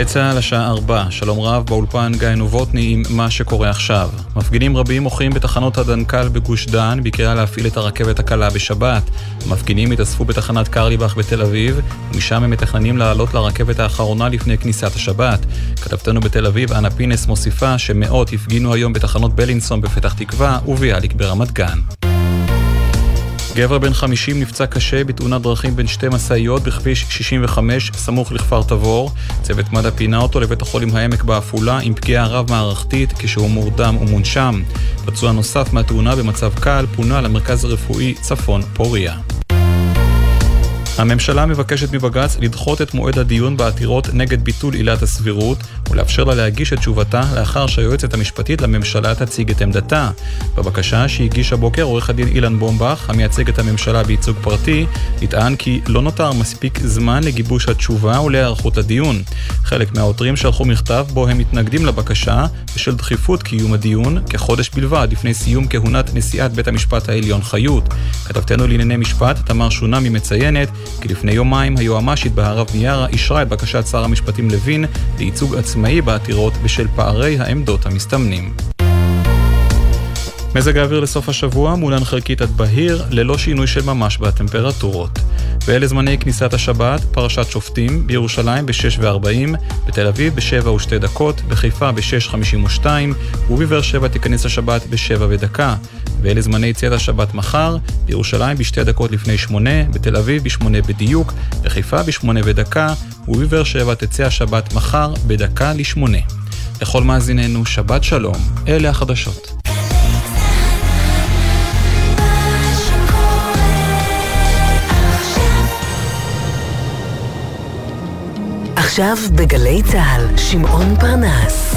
צהל השעה 4, שלום רב באולפן גיא נובוטני עם מה שקורה עכשיו. מפגינים רבים מוחים בתחנות הדנקל בגוש דן בקריאה להפעיל את הרכבת הקלה בשבת. המפגינים התאספו בתחנת קרליבך בתל אביב, ומשם הם מתכננים לעלות לרכבת האחרונה לפני כניסת השבת. כתבתנו בתל אביב, אנה פינס מוסיפה שמאות הפגינו היום בתחנות בלינסון בפתח תקווה וביאליק ברמת גן. גבר בן 50 נפצע קשה בתאונת דרכים בין שתי משאיות בכביש 65 סמוך לכפר תבור. צוות מד"א פינה אותו לבית החולים העמק בעפולה עם פגיעה רב מערכתית כשהוא מורדם ומונשם. פצוע נוסף מהתאונה במצב קל פונה למרכז הרפואי צפון פוריה. הממשלה מבקשת מבג"ץ לדחות את מועד הדיון בעתירות נגד ביטול עילת הסבירות ולאפשר לה להגיש את תשובתה לאחר שהיועצת המשפטית לממשלה תציג את עמדתה. בבקשה שהגיש הבוקר עורך הדין אילן בומבך, המייצג את הממשלה בייצוג פרטי, נטען כי לא נותר מספיק זמן לגיבוש התשובה ולהיערכות לדיון. חלק מהעותרים שלחו מכתב בו הם מתנגדים לבקשה בשל דחיפות קיום הדיון כחודש בלבד לפני סיום כהונת נשיאת בית המשפט העליון חיות. כתבתנו לענייני משפט תמר שונמי מציינת כי לפני יומיים היועמ"שית בהרב מיארה אישרה את בקשת שר המשפטים לוין לייצוג עצמאי בעתירות בשל פערי העמדות המסתמנים. מזג האוויר לסוף השבוע מולן חלקית עד בהיר ללא שינוי של ממש בטמפרטורות. ואלה זמני כניסת השבת: פרשת שופטים בירושלים ב-6:40, בתל אביב ב-7:02, בחיפה ב-6:52 ובבאר שבע תיכנס השבת ב-7:01. ואלה זמני יציאת השבת מחר: בירושלים ב-2:08, בתל אביב ב-8 בדיוק, בחיפה ב-8:01 ובבאר שבע תצא השבת מחר ב-7:50. לכל מאזיננו שבת שלום, אלה החדשות. עכשיו בגלי צהל, שמעון פרנס.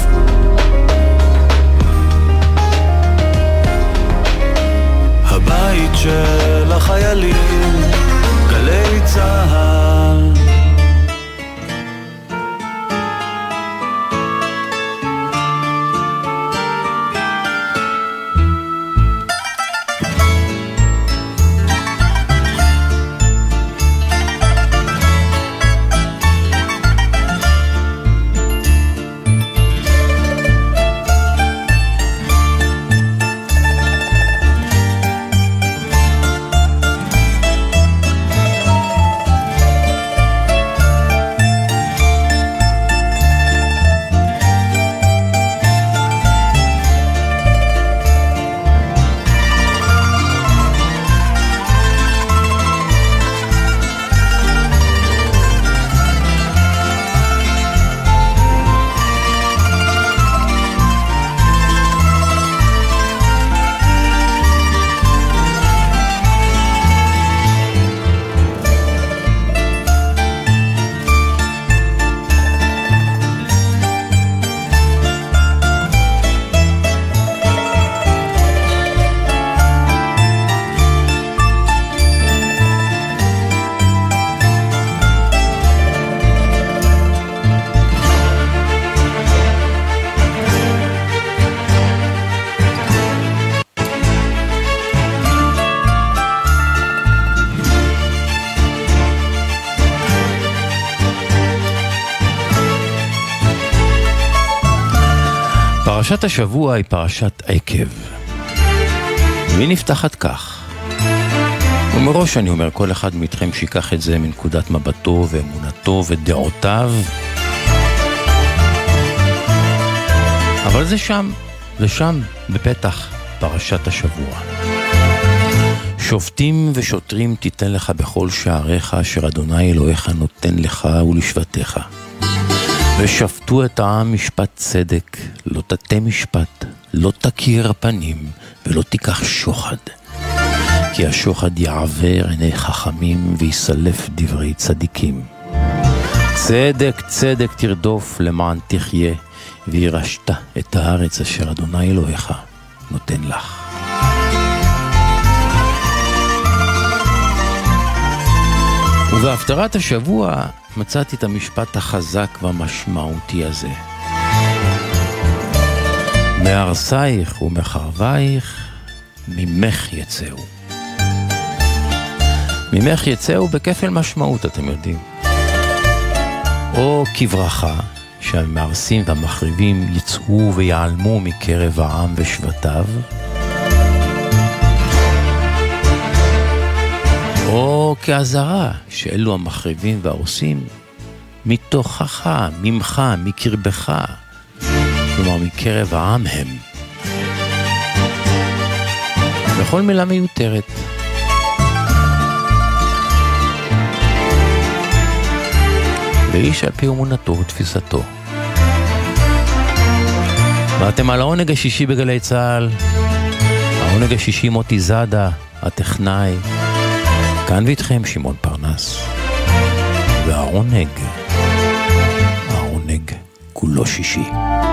הבית של החיילים, גלי צהל. פרשת השבוע היא פרשת עקב, והיא נפתחת כך. ומראש אני אומר, כל אחד מכם שיקח את זה מנקודת מבטו ואמונתו ודעותיו, אבל זה שם בפתח פרשת השבוע. שופטים ושוטרים תיתן לך בכל שעריך, אשר אדוני אלוהיך נותן לך ולשבטיך. ושפטו את העם משפט צדק, לא תטה משפט, לא תכיר פנים, ולא תיקח שוחד. כי השוחד יעבר עיני חכמים, ויסלף דברי צדיקים. צדק צדק תרדוף למען תחיה, וירשת את הארץ אשר אדוני אלוהיך נותן לך. ובהפטרת השבוע מצאתי את המשפט החזק והמשמעותי הזה. מארסייך ומחרבייך ממך יצאו. ממך יצאו בכפל משמעות, אתם יודעים. או כברכה, שהמארסים והמחריבים יצאו ויעלמו מקרב העם ושבטיו, או כעזרה שאלו המחריבים והעושים מתוכך, ממך, מקרבך, כלומר מקרב העם הם. בכל מילה מיותרת. ואיש על פי אמונתו ותפיסתו. ואתם על העונג השישי בגלי צהל, העונג השישי מוטי זאדה, הטכנאי, כאן ואיתכם שמעון פרנס. והעונג כולו שישי.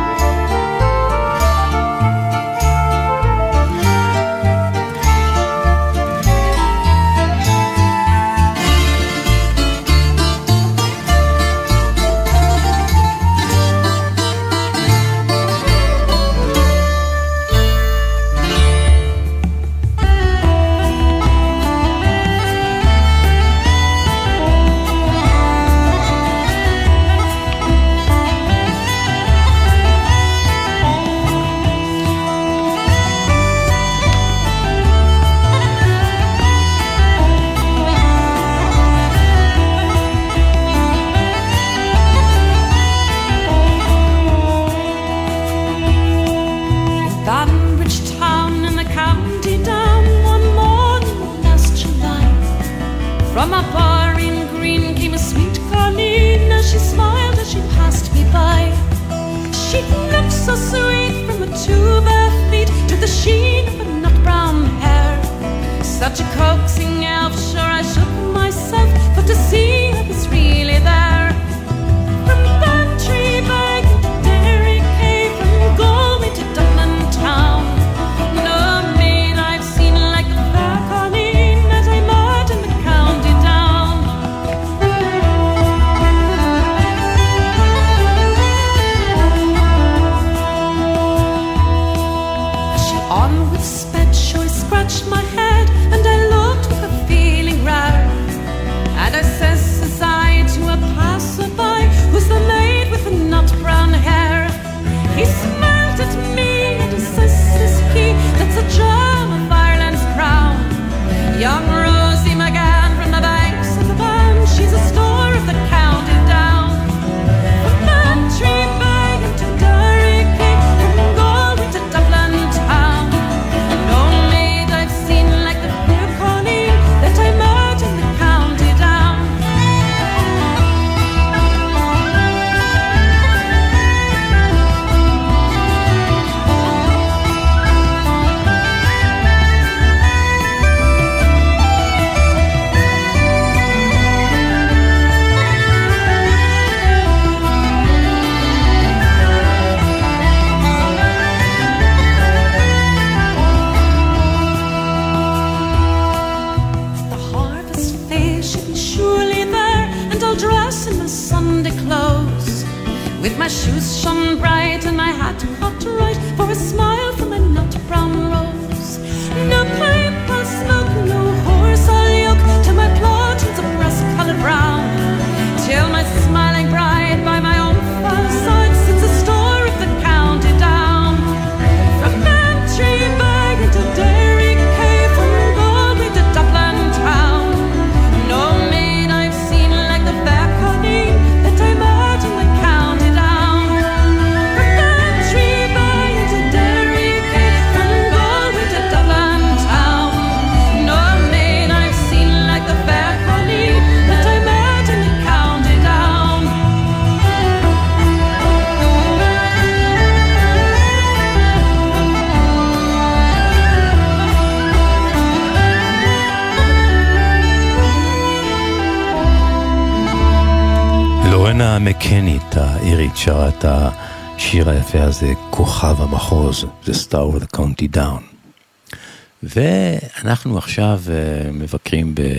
מקנית האירית שרה את השיר היפה הזה, כוכב המחוז, The Star of the County Down. ואנחנו עכשיו מבקרים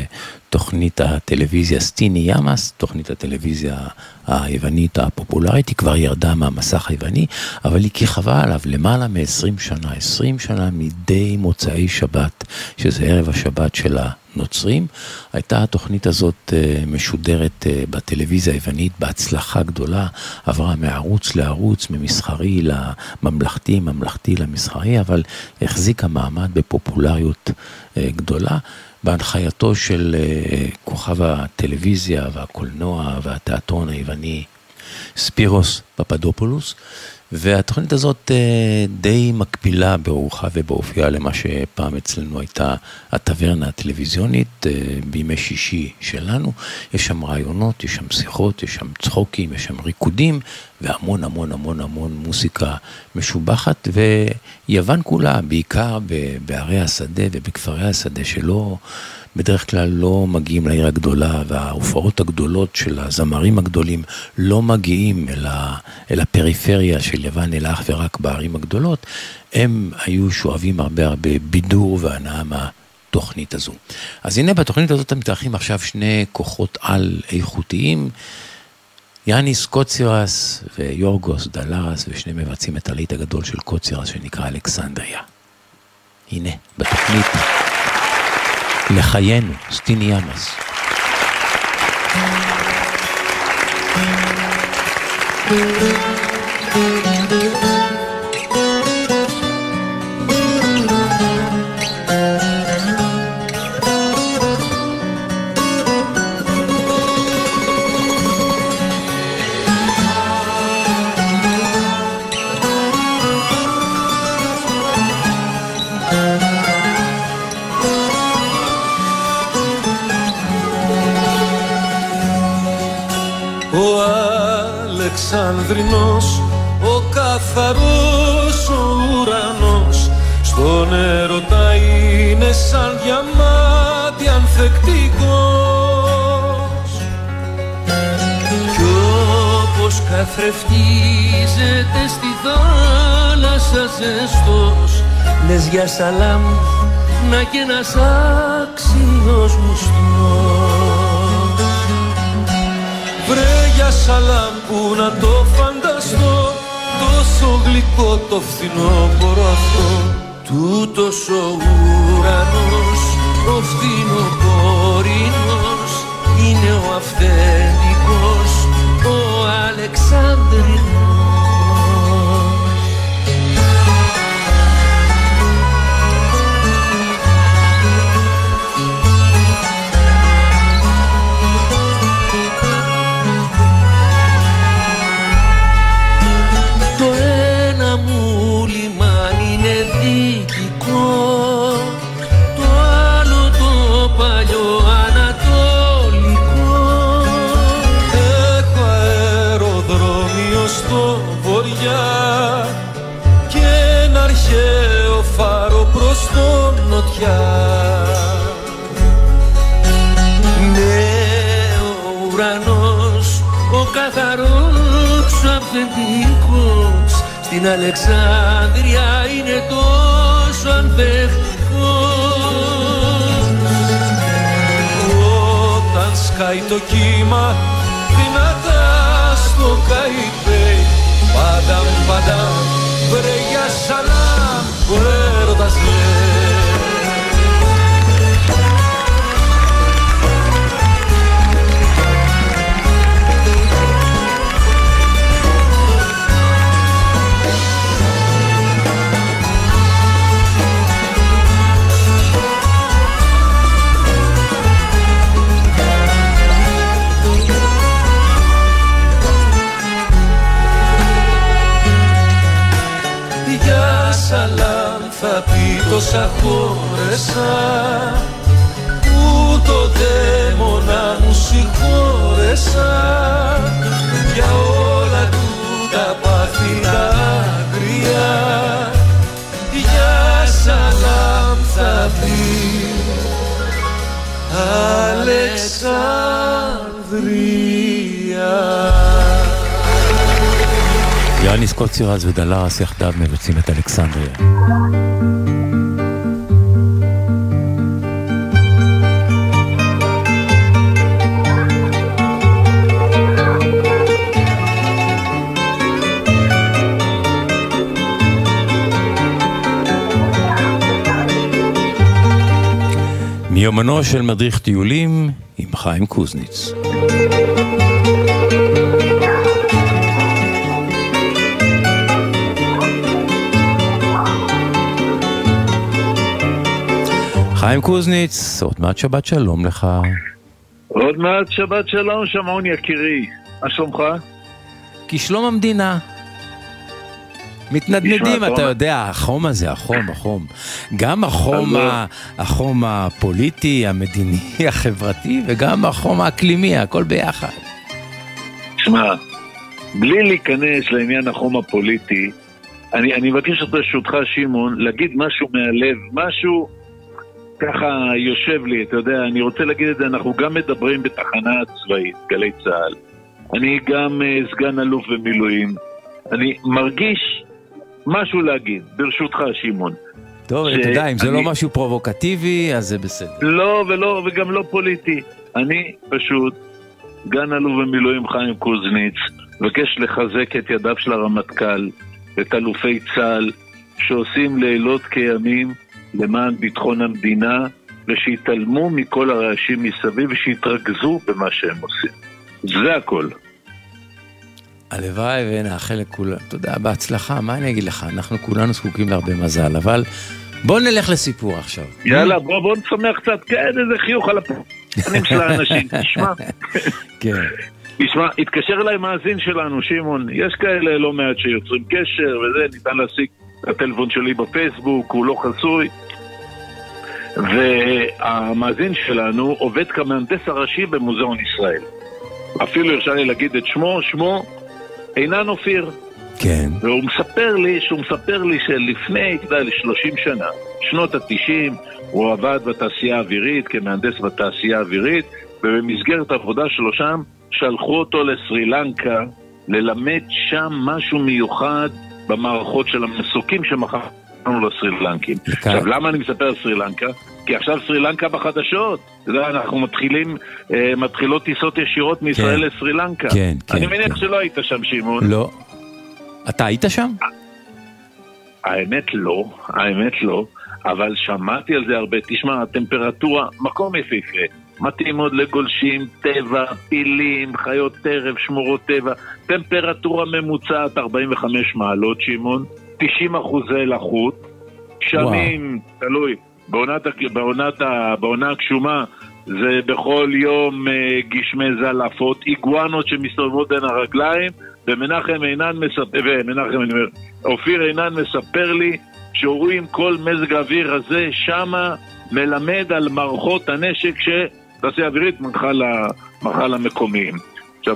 תוכנית הטלוויזיה סטיני ימאס, תוכנית הטלוויזיה היוונית הפופולרית, היא כבר ירדה מהמסך היווני, אבל היא כיכבה עליו למעלה מ-20 שנה, 20 שנה מדי מוצאי שבת, שזה ערב השבת של הנוצרים. הייתה התוכנית הזאת משודרת בטלוויזיה היוונית בהצלחה גדולה, עברה מערוץ לערוץ, ממסחרי לממלכתי, ממלכתי למסחרי, אבל החזיקה מעמד בפופולריות גדולה, בהנחייתו של כוכב הטלוויזיה והקולנוע והתיאטרון היווני ספירוס פפדופולוס, והתוכנית הזאת די מקבילה ברוחה ובאופייה למה שפעם אצלנו הייתה הטברנה הטלוויזיונית בימי שישי שלנו. יש שם רעיונות, יש שם שיחות, יש שם צחוקים, יש שם ריקודים, והמון המון המון המון מוסיקה משובחת, ויוון כולה, בעיקר בערי השדה ובכפרי השדה שלא, בדרך כלל לא מגיעים לעיר הגדולה, וההופעות הגדולות של הזמרים הגדולים לא מגיעים אל הפריפריה של יוון, אלא אך ורק בערים הגדולות. הם היו שואבים הרבה בידור והנאה מהתוכנית הזו. אז הנה בתוכנית הזאת מתארחים עכשיו שני כוחות על איכותיים, יאניס קוצירס ויורגוס דלרס, ושני מבצעים את הלהיט הגדול של קוצירס שנקרא אלכסנדריה. הנה בתוכנית לחיינו, סטיני ימאס. Αλεξανδρινός, ο καθαρός ο ουρανός, στον έρωτα είναι σαν διαμάτι ανθεκτικός. Κι όπως καθρεφτίζεται στη θάλασσα ζεστός, λες για σαλάμ, να κι ένας άξιος μουστός. Βρε για σαλάμ που να το φανταστώ, τόσο γλυκό το φθινόπωρο αυτό. Τούτος ο ουρανός, ο φθινοπορεινός, είναι ο αυθεντικός, ο Αλεξάνδρινος. Ναι, ο ουρανός, ο καθαρός, ο αυθεντικός, στην Αλεξάνδρεια είναι τόσο ανθεκτικός. Όταν σκάει το κύμα δυνατά στο Καϊπέι, πάντα βρε για σαλάμ, ο έρωτας λέει. Σαλάμ θα πει τόσα χώρεσα, που το δαίμονα μου συγχώρεσα, για όλα του τα πάθη τα άγρια. Για σαλάμ θα πει Αλεξανδρία. יאניס קוצירס ודלרס יחדיו מבצעים את אלכסנדריה. מיומנו של מדריך טיולים עם חיים קוזניץ. חיים קוזניץ, עוד מעט שבת שלום לך. עוד מעט שבת שלום, שמעון יקירי. מה שלומך? כשלום המדינה. מתנדנדים, אתה יודע, החום הזה, החום. גם החום הפוליטי, המדיני, החברתי, וגם החום האקלימי, הכל ביחד. שמע, בלי להיכנס לעניין החום הפוליטי, אני מבקש את רשותך, שמעון, להגיד משהו מהלב, משהו ככה יושב לי, אתה יודע, אני רוצה להגיד את זה, אנחנו גם מדברים בתחנה צבאית, גלי צהל. אני גם סגן אלוף במילואים. אני מרגיש משהו להגיד, ברשותך, שמעון. טוב, אתה יודע, אם זה לא משהו פרובוקטיבי, אז זה בסדר. לא, וגם לא פוליטי. אני פשוט, סגן אלוף במילואים חיים קוזניץ, מבקש לחזק את ידיו של הרמטכ"ל, את אלופי צה"ל, שעושים לילות כימים למען ביטחון המדינה, ושיתעלמו מכל הרעשים מסביב, ושיתרכזו במה שהם עושים. זה הכל. הלוואי ונאחל לכולם, אתה יודע, בהצלחה, מה אני אגיד לך? אנחנו כולנו זקוקים להרבה מזל, אבל בוא נלך לסיפור עכשיו. יאללה, בוא נשמח קצת, כן, איזה חיוך על הפנים של האנשים, תשמע. כן. תשמע, התקשר אליי מאזין שלנו, שמעון, יש כאלה לא מעט שיוצרים קשר, וזה, ניתן להשיג את הטלפון שלי בפייסבוק, הוא לא חסוי, והמאזין שלנו עובד כמהנדס הראשי במוזיאון ישראל. אפילו הרשה לי להגיד את שמו עינן אופיר. כן. והוא מספר לי שלפני, 30 שנה, שנות ה-90, הוא עבד בתעשייה האווירית, כמהנדס בתעשייה האווירית, ובמסגרת העבודה שלו שם, שלחו אותו לסרי לנקה, ללמד שם משהו מיוחד במערכות של המסוקים שמכרנו לסרי לנקים. עכשיו, למה אני מספר על סרי לנקה? כי עכשיו סרי לנקה בחדשות. אתה יודע, אנחנו מתחילות טיסות ישירות מישראל לסרי לנקה. כן, כן. אני מניח שלא היית שם, שמעון. לא. אתה היית שם? האמת לא, אבל שמעתי על זה הרבה. תשמע, הטמפרטורה, מקום יפהפה, מתאים מאוד לגולשים, טבע, פילים, חיות טרף, שמורות טבע, טמפרטורה ממוצעת 45 מעלות, שמעון, 90% לחות, שמים, תלוי, בעונה הקשומה, זה בכל יום גשמי זלעפות, איגואנות שמסתובבות בין הרגליים, אופיר עינן מספר לי שרואים כל מזג האוויר הזה שמה מלמד על מערכות הנשק שתעשייה האווירית מנחה למקומיים. עכשיו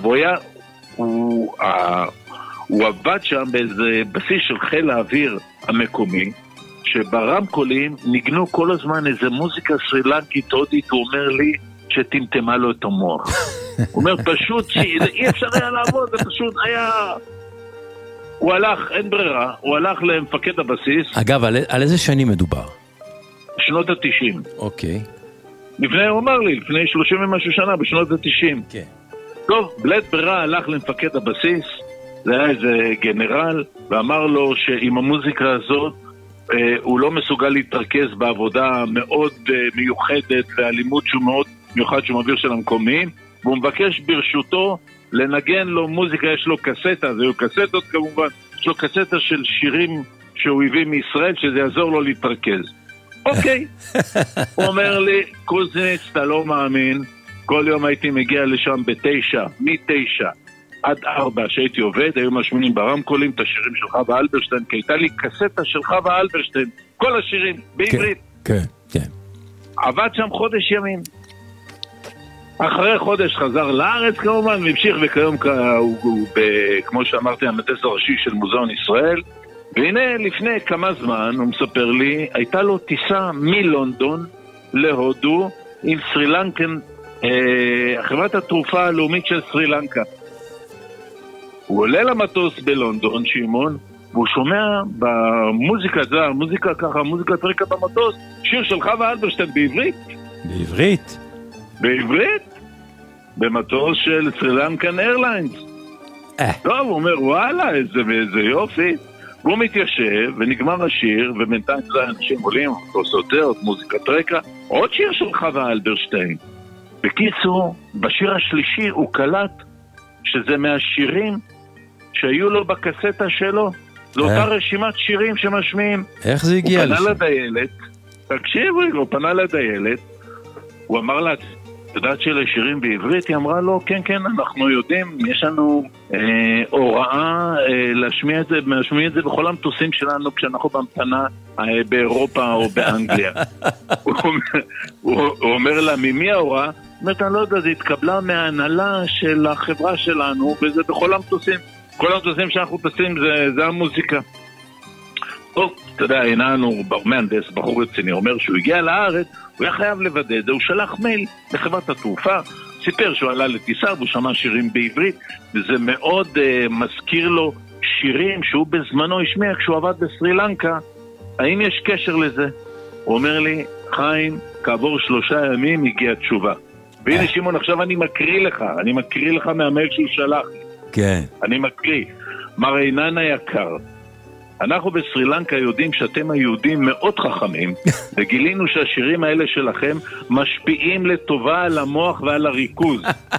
הוא עבד שם באיזה בסיס של חיל האוויר המקומי, שברמקולים ניגנו כל הזמן איזה מוזיקה סרילנקית הודית. הוא אומר לי שטמטמה לו את המוח. הוא אומר פשוט אי אפשר היה לעבוד, זה פשוט היה... הוא הלך, אין ברירה, הוא הלך למפקד הבסיס. אגב, על איזה שנים מדובר? שנות ה-90. אוקיי. הוא אמר לי, לפני 30 ומשהו שנה, בשנות ה-90. כן. טוב, בלית ברירה הלך למפקד הבסיס, זה היה איזה גנרל, ואמר לו שעם המוזיקה הזאת, הוא לא מסוגל להתרכז בעבודה מאוד מיוחדת, והלימוד שהוא מאוד מיוחד שהוא מעביר של המקומיים, והוא מבקש ברשותו לנגן לו מוזיקה. יש לו קסטה, זה קסטות כמובן, יש לו קסטה של שירים שהוא הביא מישראל, שזה יעזור לו להתרכז. אוקיי. הוא אומר לי, קוזניץ, אתה לא מאמין, כל יום הייתי מגיע לשם מ-9 עד 4 שהייתי עובד, היו משמינים ברמקולים את השירים של חווה אלברשטיין, כי הייתה לי קסטה של חווה אלברשטיין, כל השירים, בעברית. כן, כן. עבד שם חודש ימים. אחרי חודש חזר לארץ כמובן, והמשיך, וכיום הוא כמו שאמרתי, המהנדס הראשי של מוזיאון ישראל. והנה לפני כמה זמן, הוא מספר לי, הייתה לו טיסה מלונדון להודו עם סרי לנקן, חברת התרופה הלאומית של סרי לנקה. הוא עולה למטוס בלונדון, שמעון, והוא שומע במוזיקה, זה המוזיקה ככה, מוזיקת רקע במטוס, שיר של חווה אלברשטיין בעברית. בעברית? בעברית? במטוס של סרי לנקן איירליינס. טוב, הוא אומר, וואלה, איזה יופי. והוא מתיישב ונגמר השיר, ובינתיים אנשים עולים, עושות מוזיקת רקע, עוד שיר של חווה אלברשטיין. בקיצור, בשיר השלישי הוא קלט שזה מהשירים שהיו לו בקסטה שלו. זו אותה רשימת שירים שמשמיעים. איך זה הגיע לשם? הוא פנה לדיילת, תקשיבו, הוא פנה לדיילת, הוא אמר לה, את יודעת שאלה שירים בעברית? היא אמרה לו, כן, כן, אנחנו יודעים, יש לנו הוראה להשמיע את זה בכל המטוסים שלנו כשאנחנו בהמתנה באירופה או באנגליה. הוא אומר לה, ממי ההוראה? אומרת, אני לא יודע, זה התקבלה מההנהלה של החברה שלנו, וזה בכל המטוסים. כל המטוסים שאנחנו טסים זה המוזיקה. טוב, אתה יודע, עיננו מהנדס, בחור רציני, אומר שהוא הגיע לארץ, הוא היה חייב לוודא את זה, הוא שלח מייל לחברת התעופה, סיפר שהוא עלה לטיסה והוא שמע שירים בעברית, וזה מאוד מזכיר לו שירים שהוא בזמנו השמיע כשהוא עבד בסרילנקה. האם יש קשר לזה? הוא אומר לי, חיים, כעבור 3 ימים הגיעה תשובה. והנה שמעון, עכשיו אני מקריא לך מהמייל שהוא שלח. כן. אני מקריא. מר עינן היקר, אנחנו בסרילנקה יודעים שאתם היהודים מאוד חכמים, וגילינו שהשירים האלה שלכם משפיעים לטובה על המוח ועל הריכוז.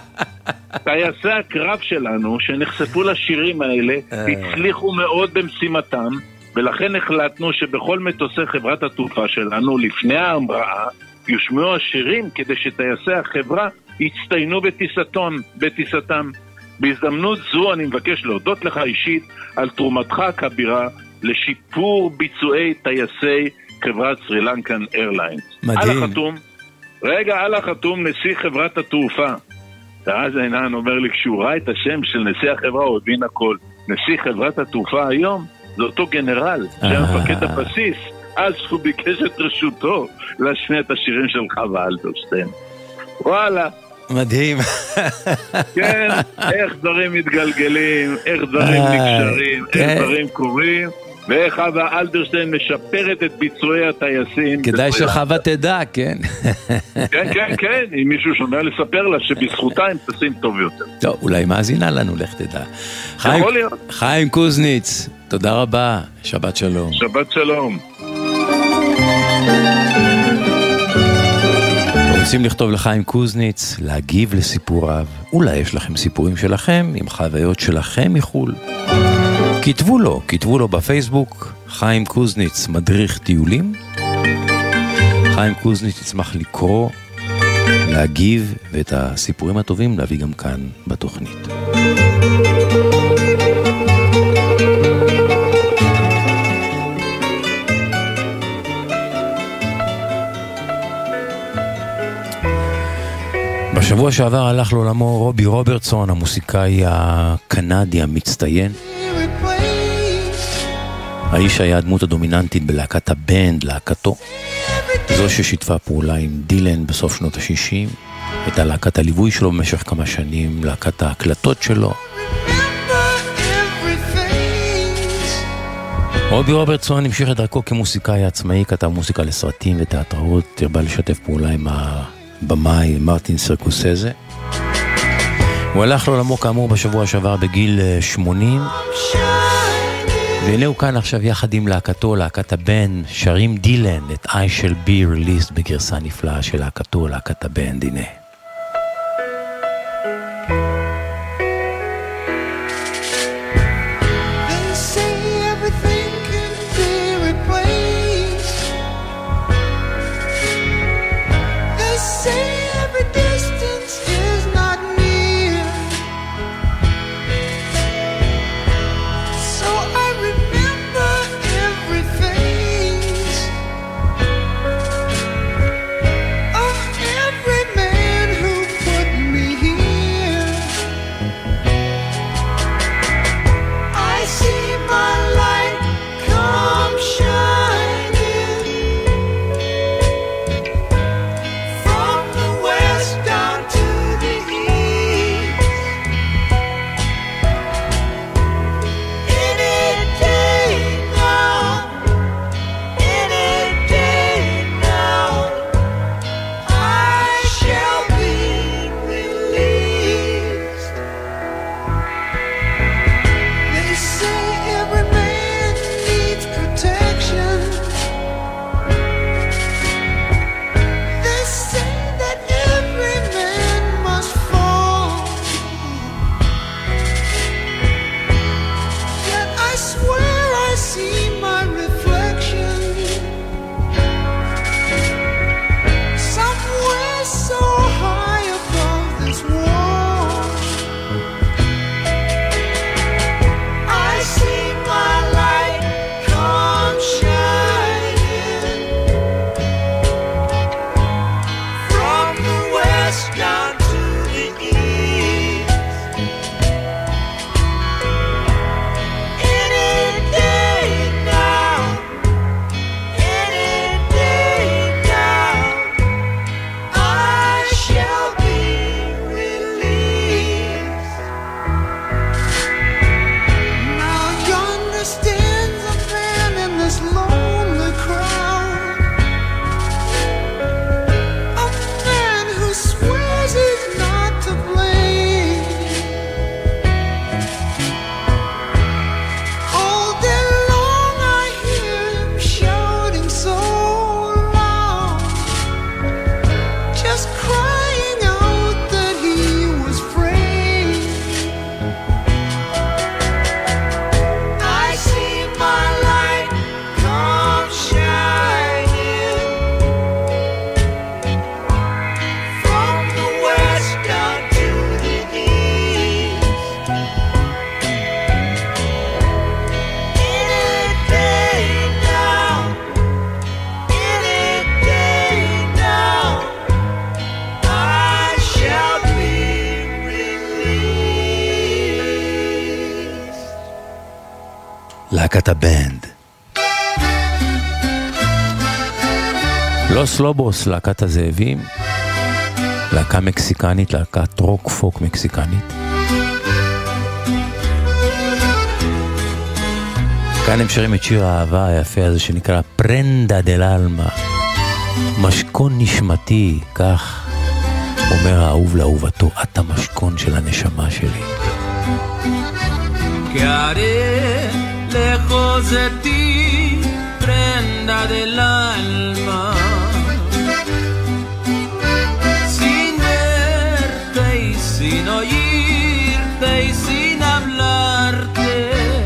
טייסי הקרב שלנו שנחשפו לשירים האלה הצליחו מאוד במשימתם, ולכן החלטנו שבכל מטוסי חברת התעופה שלנו לפני ההמראה יושמעו השירים כדי שטייסי החברה יצטיינו בטיסתם. בהזדמנות זו אני מבקש להודות לך אישית על תרומתך הכבירה לשיפור ביצועי טייסי חברת סרילנקן איירליינס. מדהים. על החתום נשיא חברת התעופה. ואז עינן אומר לי, כשהוא ראה את השם של נשיא החברה הוא הבין הכל. נשיא חברת התעופה היום זה אותו גנרל שהיה מפקד הבסיס, אז הוא ביקש את רשותו להשמיע את השירים של חווה אלברשטיין. וואלה, מדהים. כן, איך דברים מתגלגלים, איך דברים נקשרים, איך דברים קורים, ואיך חווה אלברשטיין משפרת את ביצועי הטייסים. כדאי שחווה תדע, כן. כן, כן, כן, אם מישהו שומע לספר לה שבזכותה הם טסים טוב יותר. טוב, אולי מאזינה לנו, לך תדע. יכול להיות. חיים קוזניץ, תודה רבה, שבת שלום. שבת שלום. רוצים לכתוב לחיים קוזניץ, להגיב לסיפוריו, אולי יש לכם סיפורים שלכם עם חוויות שלכם מחול. כתבו לו בפייסבוק, חיים קוזניץ מדריך טיולים. חיים קוזניץ יצמח לקרוא, להגיב, ואת הסיפורים הטובים להביא גם כאן בתוכנית. בשבוע שעבר הלך לעולמו רובי רוברטסון, המוסיקאי הקנדי המצטיין. האיש היה הדמות הדומיננטית בלהקת הבנד, להקתו. זו ששיתפה פעולה עם דילן בסוף שנות ה-60. הייתה להקת הליווי שלו במשך כמה שנים, להקת ההקלטות שלו. רובי רוברטסון המשיך את דרכו כמוסיקאי עצמאי, כתב מוזיקה לסרטים ותיאטראות, הרבה לשתף פעולה עם הבמאי מרטין סקורסזה. הוא הלך לעולמו כאמור בשבוע שעבר בגיל 80. והנה הוא כאן עכשיו יחד עם להקתו, להקת הבנד, שרים דילן את I Shall Be Released בגרסה נפלאה של להקתו, להקת הבנד, הנה. Every man להקת הבנד. לוס לובוס, להקת הזאבים, להקה מקסיקנית, להקת רוק פוק מקסיקנית. כאן הם שרים את שיר האהבה היפה הזה שנקרא פרנדה דל אלמה, משכון נשמתי, כך אומר האהוב לאהובתו, את המשכון של הנשמה שלי. Que haré lejos de ti, prenda del alma, sin verte y sin oírte y sin hablarte,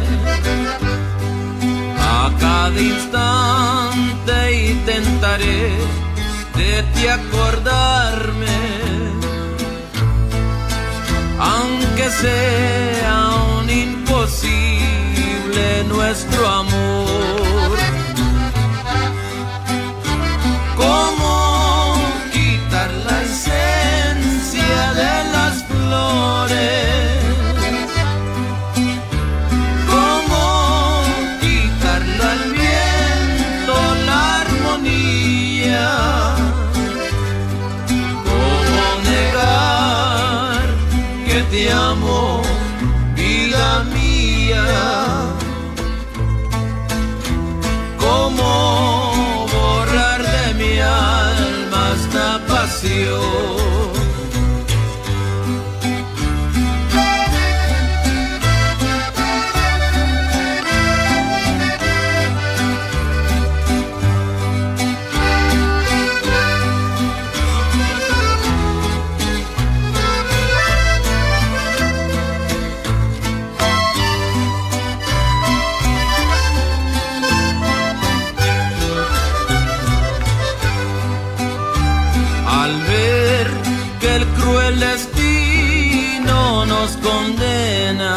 a cada instante intentaré de ti acordarme, aunque sea un imposible nuestro amor. ¿Cómo quitar la esencia de las flores? ¿Cómo quitarle al viento la armonía? ¿Cómo negar que te amo, vida mía? ¿Cómo borrar de mi alma esta pasión? El destino nos condena,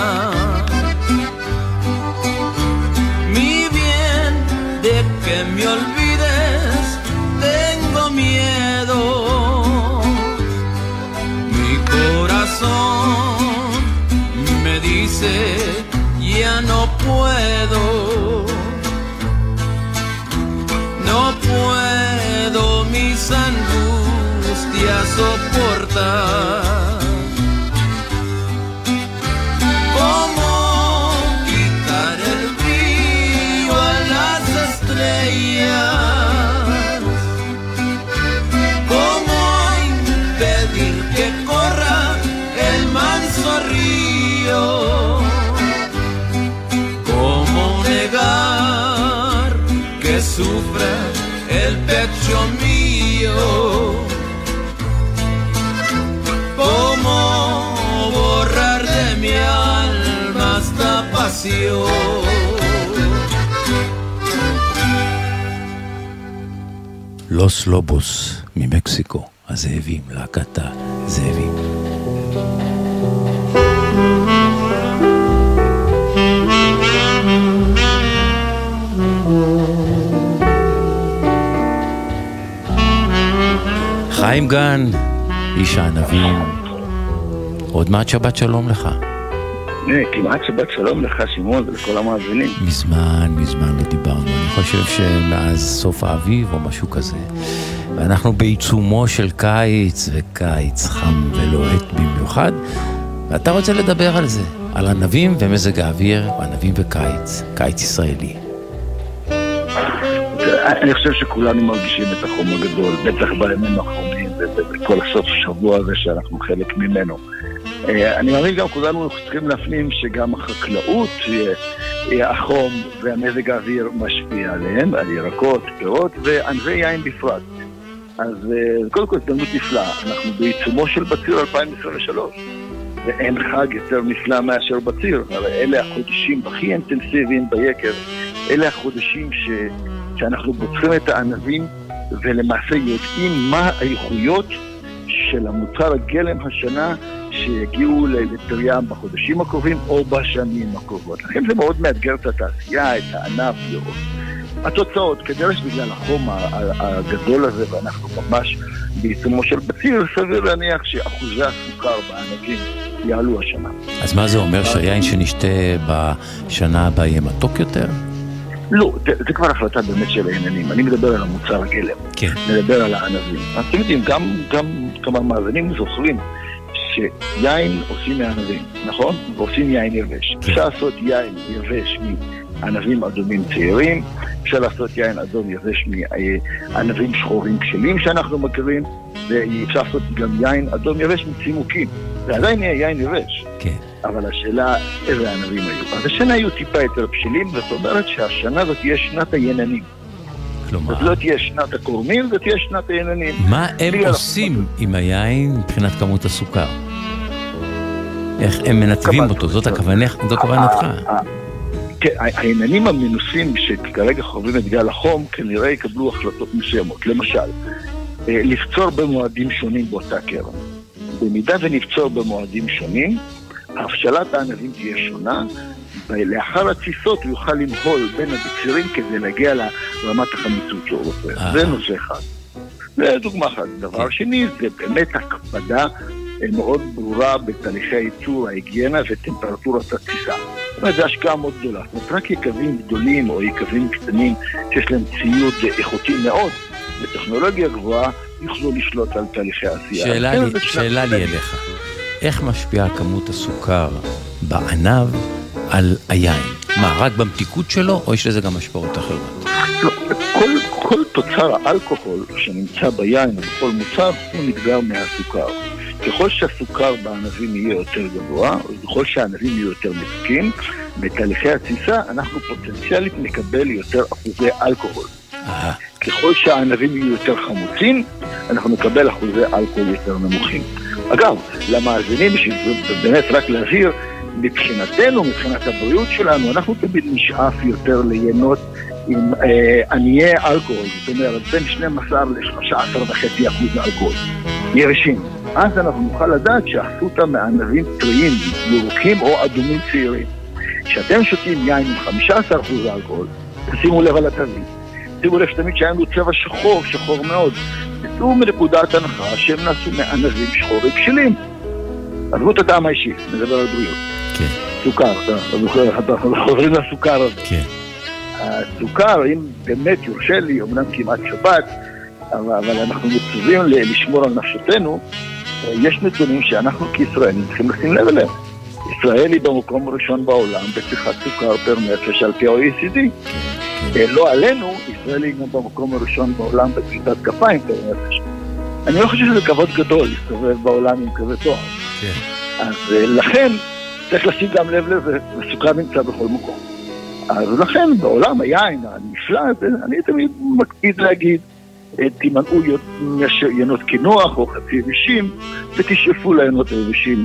mi bien, de que me olvides tengo miedo, mi corazón me dice ya no puedo, no puedo mis angustias soportar. ¿Cómo quitar el brillo a las estrellas? ¿Cómo impedir que corra el manso río? ¿Cómo negar que sufra el pecho mío? ¿Cómo borrar de mi alma esta pasión? לוס לובוס ממקסיקו, הזאבים, להקת הזאבים. חיים גן, איש הענבים, עוד מעט שבת שלום לך. כמעט שבת שלום לך שמעון ולכל המאזינים. מזמן לא דיברנו, אני חושב שמאז סוף האביב או משהו כזה, ואנחנו בעיצומו של קיץ, וקיץ חם ולוהט במיוחד, ואתה רוצה לדבר על זה, על ענבים ומזג האוויר, ענבים וקיץ, קיץ ישראלי. אני חושב שכולנו מרגישים את החום הגדול, בטח בימים האחרונים ובכל הסוף השבוע הזה שאנחנו חלק ממנו. אני מאמין גם כולנו צריכים להפנים שגם החקלאות, החום והמזג האוויר משפיע עליהם, על ירקות, פירות וענבי יין בפרט. אז קודם כל הזדמנות נפלאה, אנחנו בעיצומו של בציר 2023, ואין חג יותר נפלא מאשר בציר, הרי אלה החודשים הכי אינטנסיביים ביקר, אלה החודשים שאנחנו בוצרים את הענבים ולמעשה יודעים מה האיכויות של המוצר הגלם השנה שיגיעו לטריים בחודשים הקרובים או בשנים הקרובות. לכן זה מאוד מאתגר את התעשייה, את הענף לראות. התוצאות, כדרש בגלל החום הגדול הזה, ואנחנו ממש בעיצומו של בציר, סביר להניח שאחוזי הסוכר בענבים יעלו השנה. אז מה זה אומר, שהיין שנשתה בשנה הבאה יהיה מתוק יותר? לא, זה כבר החלטה באמת של העניינים. אני מדבר על המוצר הגלם. כן. מדבר על הענבים. אתם יודעים, גם כמה מאזינים זוכרים שיין עושים מענבים, נכון? ועושים יין יבש. אפשר לעשות יין יבש מענבים אדומים צעירים, אפשר לעשות יין אדום יבש מענבים שחורים בשלים שאנחנו מכירים, ואפשר לעשות גם יין אדום יבש מצימוקים. זה עדיין יהיה יין יבש. כן. אבל השאלה, איזה ענבים היו? אז השנה היו טיפה יותר בשלים, זאת אומרת שהשנה זאת תהיה שנת הייננים. כלומר... זאת לא תהיה שנת הקורמים, זאת תהיה שנת הייננים. מה הם עושים עם היין מבחינת כמות הסוכר? איך הם מנתבים אותו? זאת כוונתך. כן, הייננים המנוסים שכרגע חווים את גל החום, כנראה יקבלו החלטות מסוימות. למשל, לפצור במועדים שונים באותה קרן. במידה ונפצור במועדים שונים, ההבשלת הענבים תהיה שונה, ולאחר התסיסות הוא יוכל למהול בין הבצירים כדי להגיע לרמת החמיצות שהוא רוצה. זה נושא אחד. זה דוגמה אחת. דבר שני, זה באמת הקפדה מאוד ברורה בתהליכי הייצור, ההיגיינה וטמפרטורת התסיסה. זאת אומרת, זה השקעה מאוד גדולה. זאת אומרת, רק יקבים גדולים או יקבים קטנים שיש להם ציוד איכותי מאוד, בטכנולוגיה גבוהה, יוכלו לשלוט על תהליכי העשייה. שאלה לי אליך. איך משפיעה כמות הסוכר בענב על היין? מה, רק במתיקות שלו, או יש לזה גם השפעות אחרות? לא, כל תוצר האלכוהול שנמצא ביין או בכל מוצר, הוא נגזר מהסוכר. ככל שהסוכר בענבים יהיה יותר גבוה, או ככל שהענבים יהיו יותר מתוקים, בתהליכי התסיסה אנחנו פוטנציאלית נקבל יותר אחוזי אלכוהול. ככל שהענבים יהיו יותר חמוצים, אנחנו נקבל אחוזי אלכוהול יותר נמוכים. אגב, למאזינים, באמת רק להבהיר, מבחינתנו, מבחינת הבריאות שלנו, אנחנו תמיד נשאף יותר ליהנות עם עניי אלכוהול, זאת אומרת, בין 12 ל-13.5% אלכוהול, ירשים. אז אנחנו נוכל לדעת שאספו מענבים טריים, ירוקים או אדומים צעירים. כשאתם שותים יין עם 15% אלכוהול, תשימו לב על התווית. שימו לב שתמיד שהיין הוא צבע שחור מאוד. תצאו מנקודת הנחה שהם נעשו מענבים שחורים בשלים. עזבו את הטעם האישי, נדבר על בריאות. כן. סוכר, אנחנו חוזרים לסוכר הזה. כן. הסוכר, אם באמת יורשה לי, אמנם כמעט שבת, אבל אנחנו מצווים לשמור על נפשותנו, יש נתונים שאנחנו כישראלים צריכים לשים לב אליהם. ישראל היא במקום הראשון בעולם בצריכת סוכר פר נפש על פי ה-OECD. לא עלינו, ישראל היא גם במקום הראשון בעולם בצריכת כפיים פר נפש. אני לא חושב שזה כבוד גדול להסתובב בעולם עם כזה תואר. אז לכן צריך לשים גם לב לזה, וסוכר נמצא בכל מקום. אז לכן בעולם היין הנפלא הזה, אני תמיד מקפיד להגיד, תימנעו ינות קינוח או חצי יבשים, ותשאפו לינות היבשים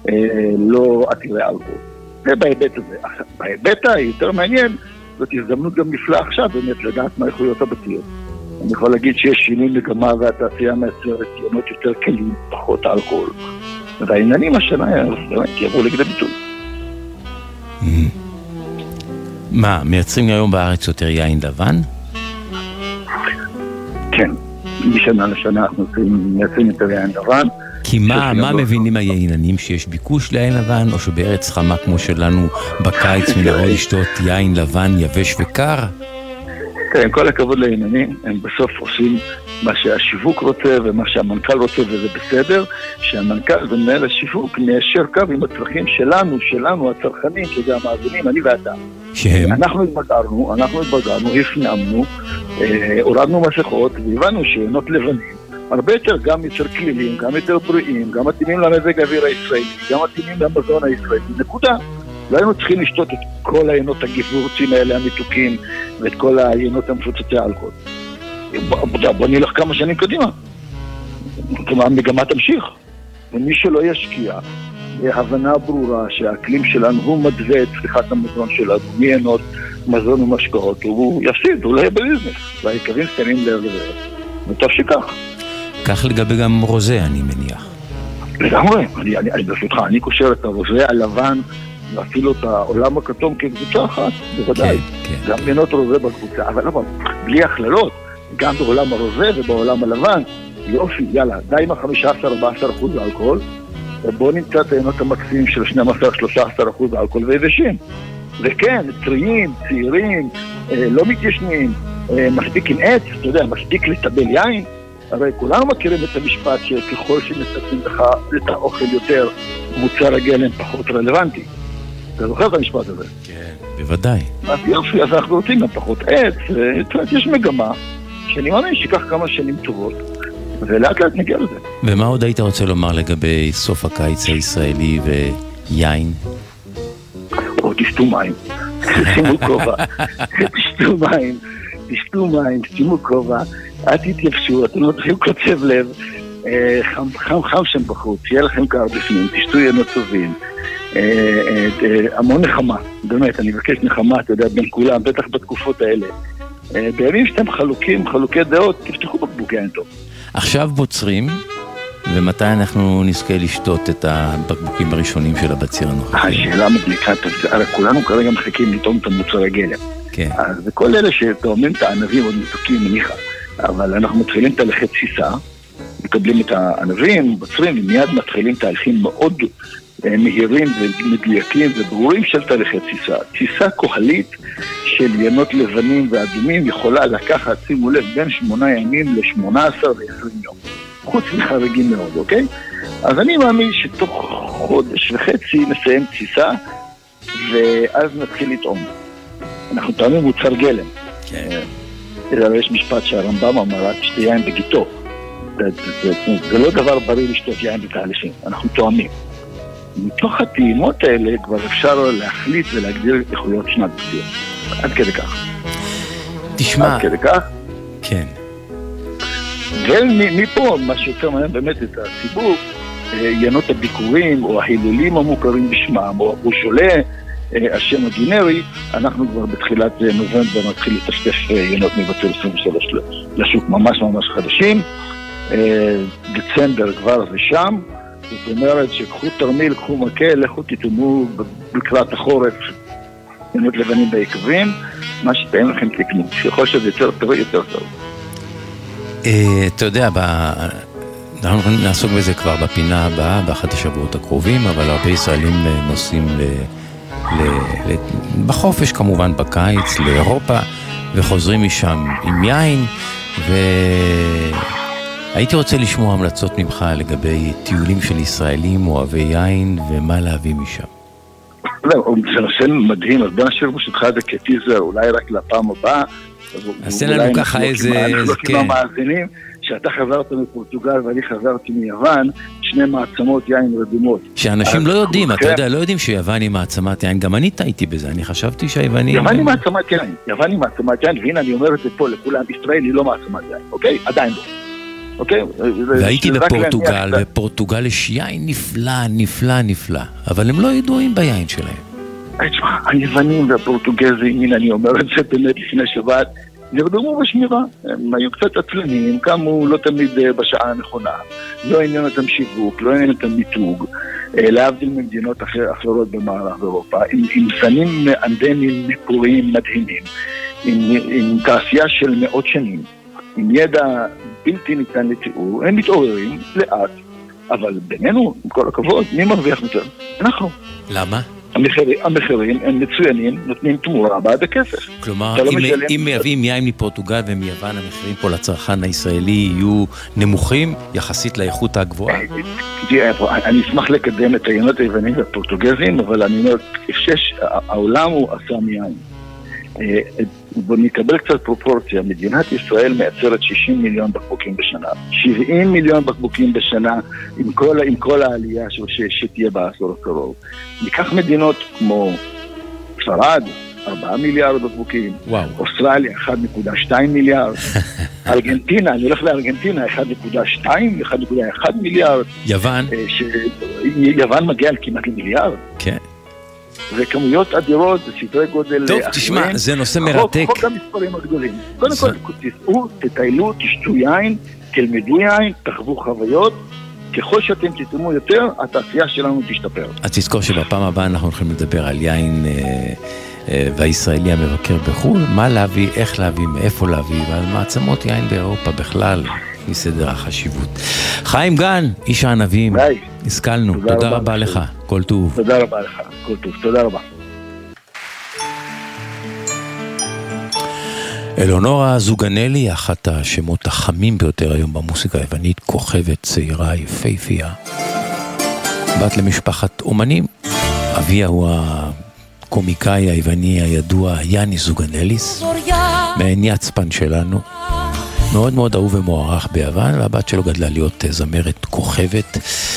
לא עתירי אלכוהול. זה בהיבט הזה. בהיבט היותר מעניין, זאת הזדמנות גם נפלאה עכשיו, באמת לדעת מה איכויות הביתיות. אני יכול להגיד שיש שינוי מגמה והתעשייה מייצרת ינות יותר קלים, פחות אלכוהול. והעניינים השנה יראו לגדי ביטוי. מה, מייצרים היום בארץ יותר יין לבן? כן, משנה לשנה אנחנו מייצרים יותר יין לבן. כי מה מבינים הייננים, שיש ביקוש ליין לבן, או שבארץ חמה כמו שלנו בקיץ מנהל לשתות יין לבן יבש וקר? כן, עם כל הכבוד לייננים, הם בסוף עושים מה שהשיווק רוצה ומה שהמנכ"ל רוצה, וזה בסדר, שהמנכ"ל ומנהל השיווק ניישר קו עם הצרכים שלנו הצרכנים, שזה המאזינים, אני ואתה. אנחנו התבגרנו, הפנמנו, הורדנו מסכות, והבנו שעינות לבנים, הרבה יותר, גם יותר כלילים, גם יותר בריאים, גם מתאימים למזג האוויר הישראלי, גם מתאימים למזון הישראלי, נקודה. לא היינו צריכים לשתות את כל העינות הגיבורצים האלה המתוקים, ואת כל העינות המפוצצי האלכוהול. בוא נלך כמה שנים קדימה. כלומר, המגמה תמשיך. ומי שלא ישקיע, הבנה ברורה שהאקלים שלנו הוא מדווה את צריכת המזון שלנו, מעינות, מזון ומשקאות, הוא יפסיד, הוא לא יהיה בביזנס. והעיקרים קטנים לב. וטוב שכך. כך לגבי גם רוזה, אני מניח. לגמרי. ברשותך, אני קושר את הרוזה הלבן, ואפילו את העולם הכתום כקבוצה אחת, בוודאי. גם עינות רוזה בקבוצה, אבל לא, בלי הכללות, גם בעולם הרוזה ובעולם הלבן, יופי, יאללה, די עם 15-14% אלכוהול, בואו נמצא את העיינות המקסימים של 12-13% אלכוהול ויבשים. וכן, טריים, צעירים, לא מתיישנים, מספיק עם עץ, אתה יודע, מספיק לטבל יין. הרי כולנו מכירים את המשפט שככל שמסתכלים לך את האוכל יותר, מוצר הגלם פחות רלוונטי. אתה זוכר את המשפט הזה? כן, בוודאי. אז יופי, אז אנחנו רוצים פחות עץ. יש מגמה שאני מאמין שיקח כמה שנים טובות, ולאט לאט נגיע לזה. ומה עוד היית רוצה לומר לגבי סוף הקיץ הישראלי ויין? או תשתו מים, שימו כובע, תשתו מים, שימו כובע, אל תתייבשו, אתם לא צריכים קוצב לב, חם שם בחוץ, יהיה לכם קר בפנים, תשתו ינות טובים, המון נחמה, באמת, אני מבקש נחמה, אתה יודע, בין כולם, בטח בתקופות האלה. בימים שאתם חלוקי דעות, תפתחו בקבוקי יין טוב. עכשיו בוצרים, ומתי אנחנו נזכה לשתות את הבקבוקים הראשונים של הבציר הנוכחי? השאלה מדליקה, הרי כולנו כרגע מחכים לטעום את המוצרי גלם. כן. אז כל אלה שטועמים את הענבים עוד מתוקים מניחה, אבל אנחנו מתחילים תהליכי תסיסה, מקבלים את הענבים, בצרים, ומיד מתחילים תהליכים מאוד מהירים ומדויקים וברורים של תהליכי תסיסה. תסיסה כהלית של ינות לבנים ואדומים יכולה לקחת, שימו לב, בין 8 ימים ל-18 ו-20 יום. חוץ מחריגים מאוד, אוקיי? אז אני מאמין שתוך חודש וחצי נסיים תסיסה, ואז נתחיל לטעום. אנחנו טועמים מוצר גלם. כן. יש משפט שהרמב"ם אמר, תשתה יין בגיטו. זה לא דבר בריא לשתות יין בתהליכים, אנחנו טועמים. מתוך הטעימות האלה כבר אפשר להחליט ולהגדיר איכויות שנת בציר. עד כדי כך. תשמע. עד כדי כך. כן. ומפה, מה שיותר מעניין באמת את הציבור, ינות הביקורים או ההילולים המוכרים בשמם, או הבוז'ולה, השם הגינרי, אנחנו כבר בתחילת נובמבר נתחיל לטפטף ינות מבציר 23 לשוק ממש חדשים. דצמבר כבר זה שם, זאת אומרת שקחו תרמיל, קחו מקל, לכו תתאמו לקראת החורף, ינות לבנים בעקבים, מה שתאים לכם תקנו, שיכול שזה יותר טוב, יותר טוב. אתה יודע, אנחנו נעסוק בזה כבר בפינה הבאה, באחת השבועות הקרובים, אבל הרבה ישראלים נוסעים בחופש כמובן, בקיץ, לאירופה, וחוזרים משם עם יין, והייתי רוצה לשמוע המלצות ממך לגבי טיולים של ישראלים, אוהבי יין, ומה להביא משם. זה נושא מדהים, אז בוא נשאיר בשבילך את זה כטיזר, אולי רק לפעם הבאה. אז תן לנו ככה איזה... לא כמה מאזינים, שאתה חזרת מפורטוגל ואני חזרתי מיוון, שני מעצמות יין רדומות. שאנשים לא יודעים, אתה יודע, לא יודעים שיוון היא מעצמת יין, גם אני טעיתי בזה, אני חשבתי שהיוונים... יוון היא מעצמת יין, יוון היא מעצמת יין, והנה אני אומר את זה פה לכולם, ישראל היא לא מעצמת יין, אוקיי? עדיין לא. אוקיי? והייתי בפורטוגל, בפורטוגל יש יין נפלא, נפלא, נפלא, אבל הם לא ידועים ביין שלהם. תשמע, היוונים והפורטוגזים, הנה אני אומר את זה באמת לפני שבת, נרדמו בשמירה, הם היו קצת עצלנים, קמו לא תמיד בשעה הנכונה, לא עניין אותם שיווק, לא עניין אותם מיתוג, להבדיל ממדינות אחרות במערב אירופה, עם זנים אנדמיים פוריים מדהימים, עם תעשייה של מאות שנים, עם ידע בלתי ניתן לתיאור, הם מתעוררים לאט, אבל בינינו, עם כל הכבוד, מי מרוויח יותר? אנחנו. למה? המחירים הם מצוינים, נותנים תמורה בעד הכסף. כלומר, אם מייבאים יין מפורטוגל ומיוון, המחירים פה לצרכן הישראלי יהיו נמוכים יחסית לאיכות הגבוהה? אני אשמח לקדם את העיינות היוונים והפורטוגזים, אבל אני אומר, העולם הוא עשה מיין. בוא נקבל קצת פרופורציה, מדינת ישראל מייצרת 60 מיליון בקבוקים בשנה, 70 מיליון בקבוקים בשנה עם כל העלייה שתהיה בעשור הקרוב. ניקח מדינות כמו ספרד, 4 מיליארד בקבוקים, אוסטרליה 1.2 מיליארד, ארגנטינה, אני הולך לארגנטינה 1.2, 1.1 מיליארד, יוון? יוון מגיע על כמעט למיליארד. כן. וכמויות אדירות, זה סדרי גודל טוב, תשמע, זה נושא מרתק. חוק המספרים הגדולים. קודם כל, תסעו, תטיילו, תשתו יין, תלמדו יין, תחוו חוויות. ככל שאתם תתאמו יותר, התעשייה שלנו תשתפר. אז תזכור שבפעם הבאה אנחנו הולכים לדבר על יין והישראלי המבקר בחו"ל, מה להביא, איך להביא, מאיפה להביא, ועל מעצמות יין באירופה בכלל. מסדר החשיבות. חיים גן, איש הענבים, השכלנו, תודה רבה לך, כל טוב. תודה רבה לך, כל טוב, תודה רבה. אלאונורה זוגנלי, אחת השמות החמים ביותר היום במוסיקה היוונית, כוכבת צעירה יפהפייה, בת למשפחת אומנים. אביה הוא הקומיקאי היווני הידוע יאניס זוגנליס, מעין יצפן שלנו, מאוד מאוד אהוב ומוערך ביוון, והבת שלו גדלה להיות זמרת כוכבת,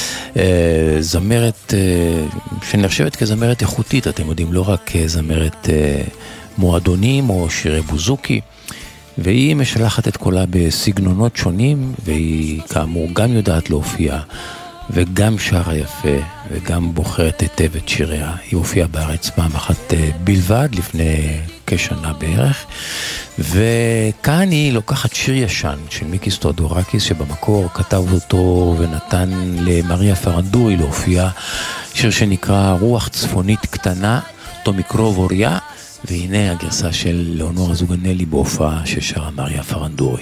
זמרת שנחשבת כזמרת איכותית, אתם יודעים, לא רק זמרת מועדונים או שירי בוזוקי, והיא משלחת את קולה בסגנונות שונים, והיא כאמור גם יודעת להופיע וגם שרה יפה וגם בוחרת היטב את שיריה. היא הופיעה בארץ פעם אחת בלבד לפני כשנה בערך, וכאן היא לוקחת שיר ישן של מיקיס תיאודורקיס שבמקור כתב אותו ונתן למריה פרנדורי להופיע, שיר שנקרא רוח צפונית קטנה, טומיקרובוריה, והנה הגרסה של אלאונורה זוגנלי בהופעה ששרה מריה פרנדורי.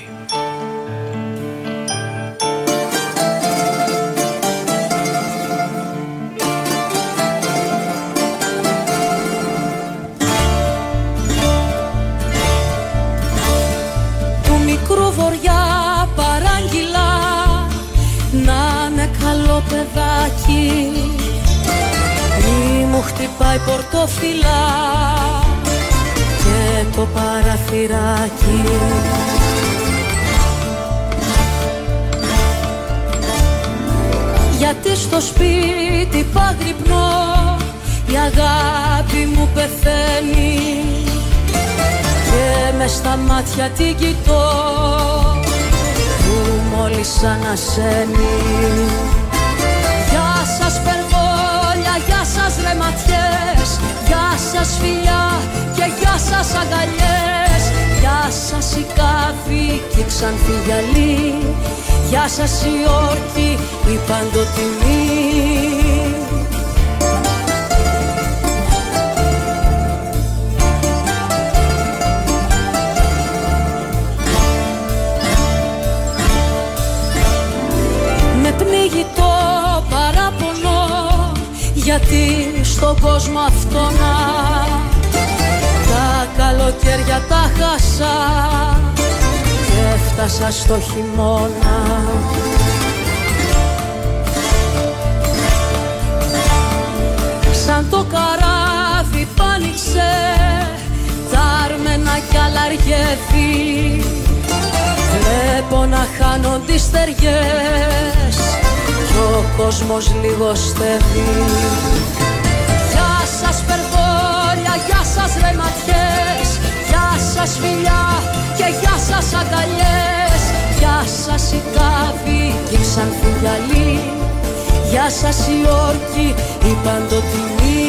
Μικροβοριά παράγγειλα να είναι καλό παιδάκι, μη μου χτυπάει πορτοφυλά και το παραθυράκι. Γιατί στο σπίτι παγρυπνώ η αγάπη μου πεθαίνει και μες στα μάτια την κοιτώ που μόλις ανασένει. Γεια σας περβόλια, γεια σας ρεματιές, γεια σας φιλιά και γεια σας αγκαλιές, γεια σας η κάφη και η ξανθή γυαλί, γεια σας η όρκη η παντοτιμή. Πνίγει το παράπονο γιατί στον κόσμο αυτόνα τα καλοκαίρια τα χάσα και έφτασα στο χειμώνα. Σαν το καράβι πάνηξε τα αρμένα κι αλαργεύει, βλέπω να χάνονται οι στεριές κι ο κόσμος λιγοστεύει. Γεια σας περβόλια, γεια σας ρεματιές, γεια σας φιλιά και γεια σας αγκαλιές, γεια σας η κάφη και η ξανθή γυαλί, γεια σας η όρκη η παντοτιμή.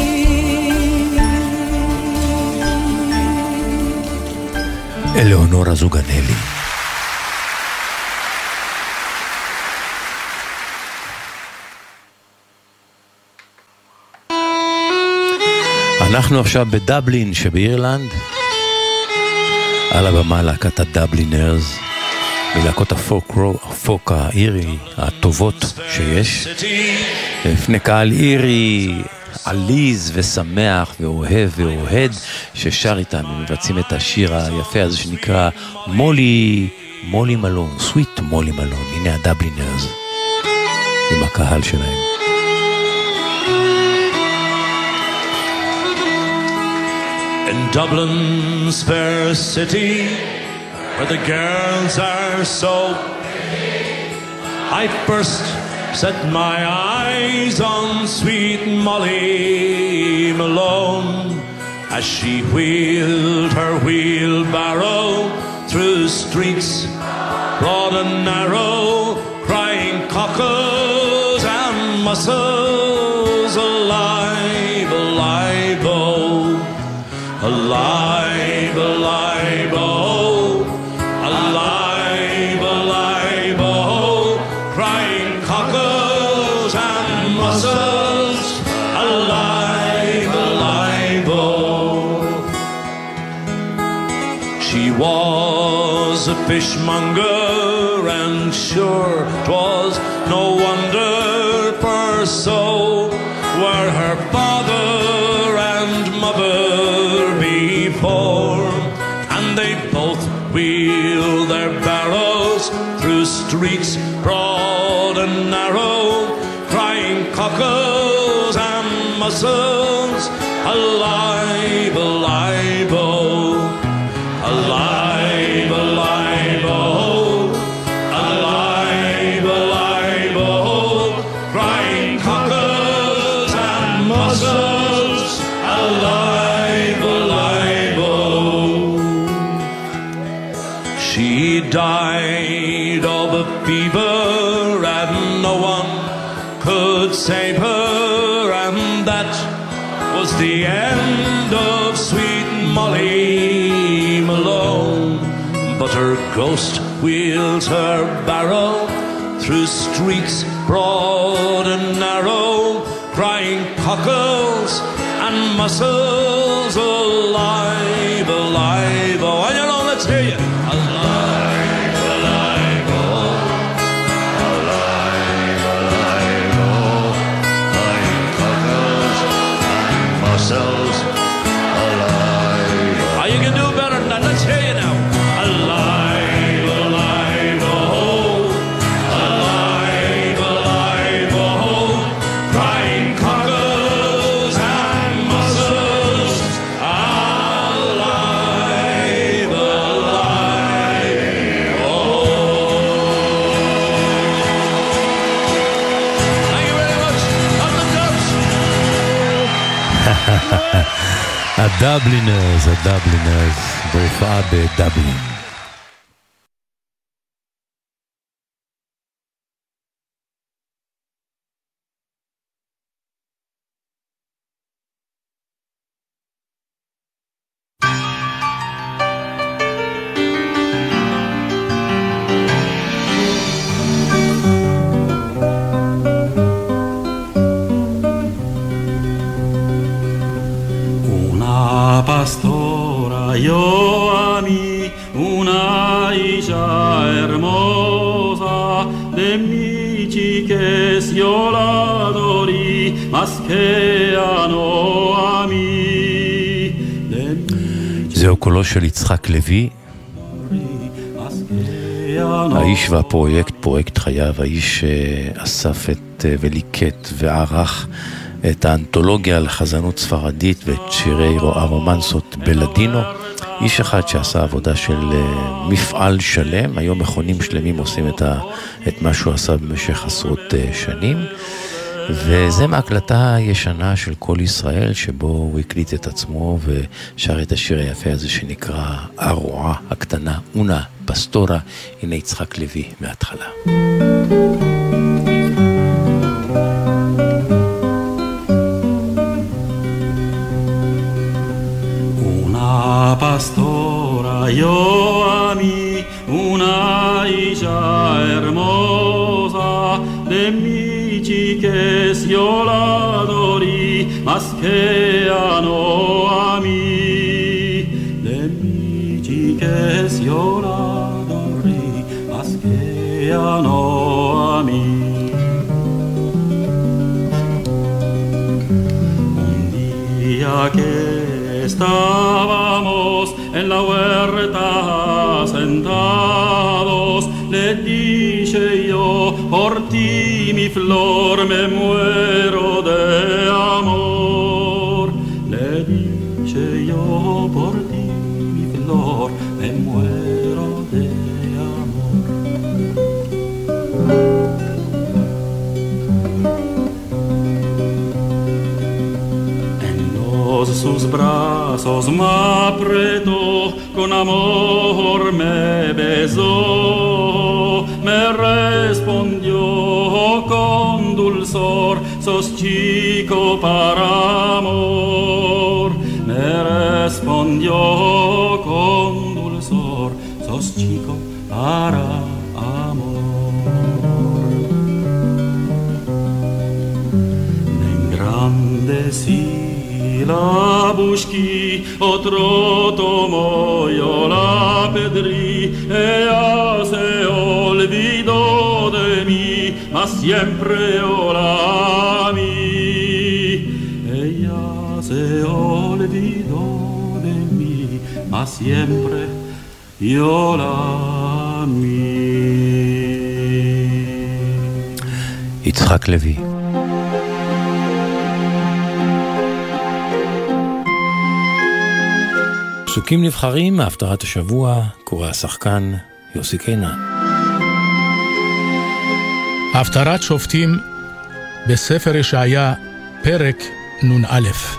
אלאונורה זוגנלי. אנחנו עכשיו בדבלין שבאירלנד, על הבמה להקת הדבלינרס, מלהקות הפוק האירי הטובות שיש, לפני קהל אירי עליז ושמח ואוהב ואוהד ששר איתם, מבצעים את השיר היפה הזה שנקרא מולי מלון, סוויט מולי מלון. הנה הדבלינרס עם הקהל שלהם. In Dublin's fair city, where the girls are so, I first set my eyes on sweet Molly Malone as she wheeled her wheelbarrow through streets broad and narrow, crying cockles and mussels, alive, alive, oh, alive, alive, oh, alive, alive, oh, crying cockles and mussels, alive, alive, oh. She was a fishmonger and sure 'twas no wonder, for so were her father and mother before, and they both wheeled their barrows through streets broad and narrow, crying cockles and mussels, alive, alive, oh, alive, alive, oh, alive, alive, oh, crying cockles and mussels, alive, alive, oh. She died of a fever and no one could save her, and that was the end of sweet Molly Malone. But her ghost wheels her barrow through streets broad and narrow, crying cockles and mussels, alive, alive, oh. And you know, let's hear you. Alive, alive, oh. Alive, alive, oh. Crying cockles and mussels, alive. Oh, you can do better than that. Let's hear you now. Alive, alive, oh. Alive, alive, oh. Crying cockles and mussels, alive, alive, oh. Thank you very much. Up the Dubs. הדבלינרס, בהופעה בדבלין. Pastora, yo amí una hija hermosa, de mi chiques yo la adorí, más que a no amí. זהו קולו של יצחק לוי, האיש והפרויקט, פרויקט חייו, האיש אסף וליקט וערך את האנתולוגיה לחזנות ספרדית ואת שירי הרומנסות בלדינו. איש אחד שעשה עבודה של מפעל שלם, היום מכונים שלמים עושים את מה שהוא עשה במשך עשרות שנים, וזה מהקלטה ישנה של כל ישראל, שבו הוא הקליט את עצמו ושר את השיר היפה הזה שנקרא הרועה הקטנה, אונה פסטורה. הנה יצחק לוי מההתחלה. Pastora, yo amí una hija hermosa, de mi chiques yo la adorí, más que a no amí. De mi chiques yo la adorí, más que a no amí. Un día que estábamos en la huerta sentados, le dije yo, por ti mi flor me muero de amor. Le dije yo, por ti mi flor me muero de amor. Sus brazos me apretó, con amor me besó, me respondió con dulzor, sos chico para amor. Me respondió con dulzor, sos chico para amor. Me engrandecí la busqué, otro tomó, yo la pedrí, ella se olvidó ma siempre olami. Ella se olvidó de mí, ma siempre olami. יצחק לוי. פסוקים נבחרים מהפטרת השבוע, קורא השחקן יוסי קינן. הפטרת שופטים בספר ישעיה, פרק נ"א.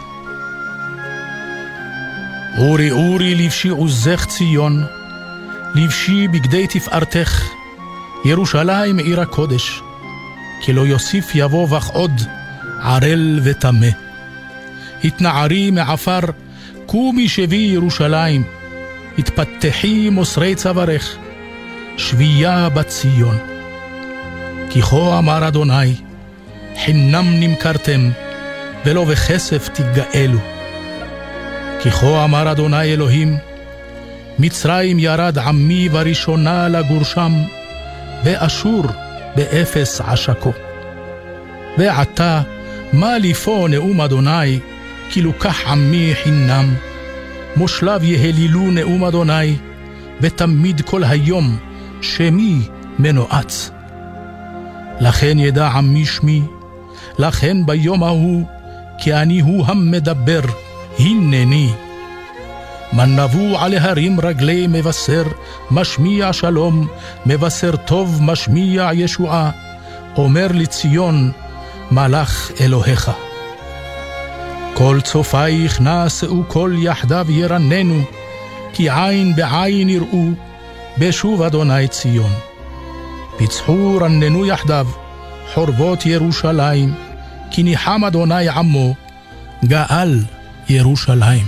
אורי אורי לבשי עוזך ציון, לבשי בגדי תפארתך, ירושלים עיר הקודש, כי לא יוסיף יבוא בך עוד ערל וטמא. התנערי מעפר, קומי שבי ירושלים, התפתחי מוסרי צווארך, שבייה בציון. כי כה אמר אדוני, חינם נמכרתם, ולא בכסף תגאלו. כי כה אמר אדוני אלוהים, מצרים ירד עמי בראשונה לגורשם, ואשור באפס עשקו. ועתה מה ליפו נאום אדוני, כי לוקח עמי חינם, מושלב יהלילו נאום אדוני, ותמיד כל היום שמי מנועץ. לכן ידע עמי שמי, לכן ביום ההוא, כי אני הוא המדבר, הנני. מנבו על ההרים רגלי מבשר, משמיע שלום, מבשר טוב משמיע ישועה, אומר לציון, מלאך אלוהיך. כל צופייך נעשו כל יחדיו ירננו, כי עין בעין יראו, בשוב אדוני ציון. פיצחו רננו יחדיו, חורבות ירושלים, כי ניחם אדוני עמו, גאל ירושלים.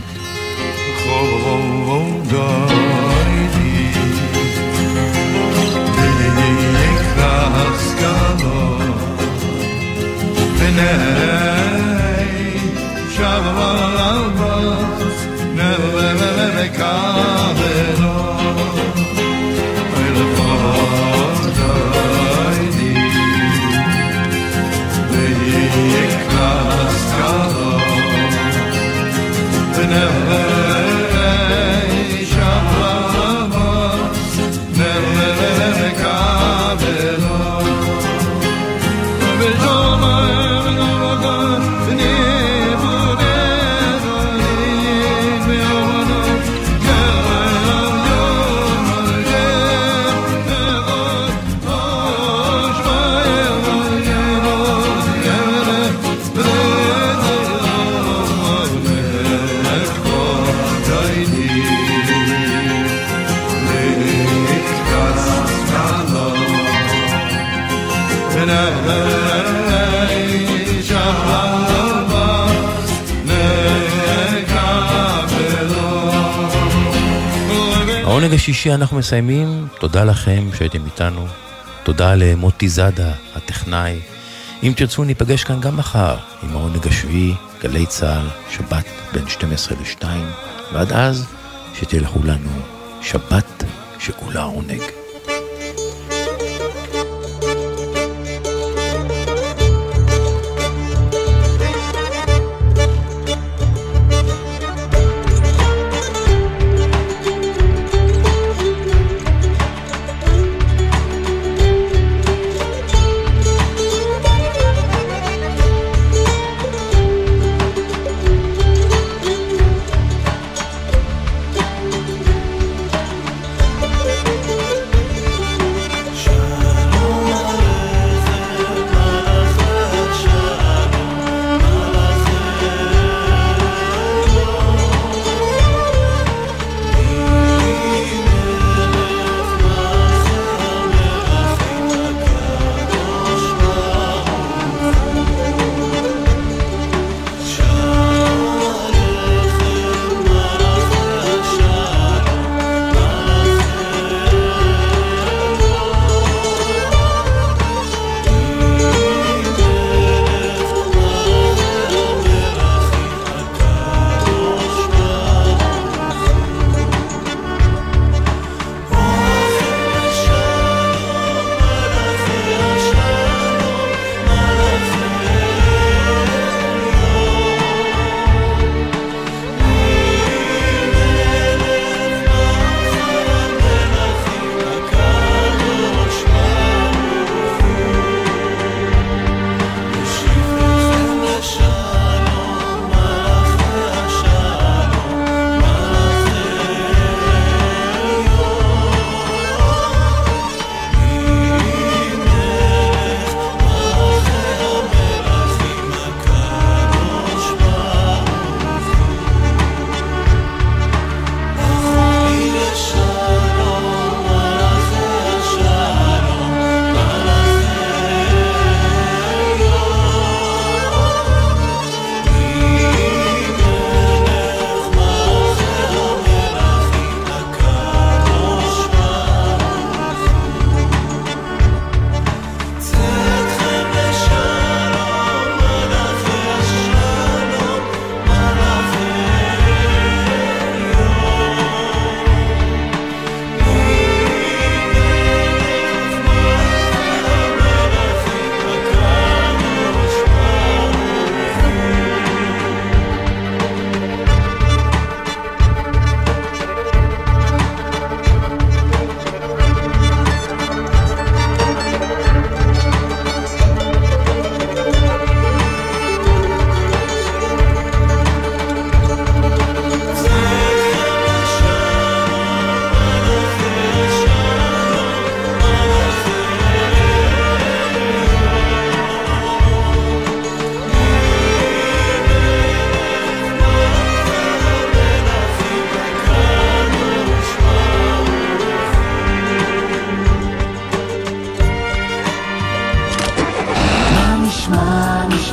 העונג השישי אנחנו מסיימים. תודה לכם שהייתם איתנו, תודה למוטי זדה הטכנאי. אם תרצו ניפגש כאן גם מחר עם העונג השביעי, גלי צהל, שבת בין 12 ל-2, ועד אז שתלכו לנו שבת שכולה עונג.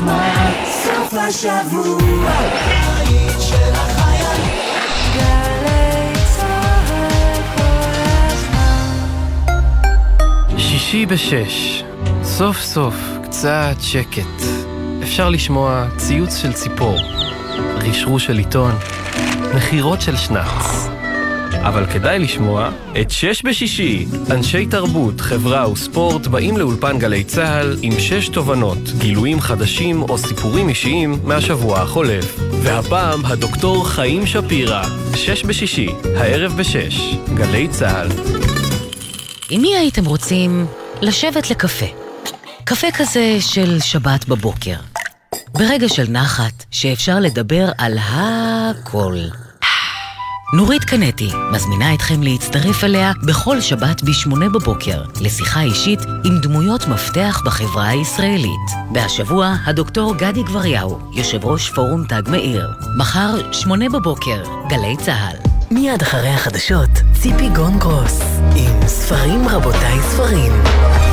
לשמוע סוף השבוע היית של החיילים גלי צהל כל הזמן. שישי בשש, סוף סוף קצת שקט. אפשר לשמוע ציוץ של ציפור, רשרוש של עיתון, מחירות של שנץ. אבל כדאי לשמוע את שש בשישי. אנשי תרבות, חברה וספורט באים לאולפן גלי צהל עם 6 תובנות, גילויים חדשים או סיפורים אישיים מהשבוע החולף. והפעם הדוקטור חיים שפירא. 6 בשישי, הערב ב6, גלי צהל. עם מי הייתם רוצים לשבת לקפה? קפה כזה של שבת בבוקר. ברגע של נחת שאפשר לדבר על הכל. נורית קנטי מזמינה אתכם להצטרף אליה בכל שבת ב8 בבוקר לשיחה אישית עם דמויות מפתח בחברה הישראלית. והשבוע הדוקטור גדי גבריהו, יושב ראש פורום תג מאיר. מחר 8 בבוקר, גלי צהל. מיד אחרי החדשות, ציפי גון גרוס עם ספרים רבותיי ספרים.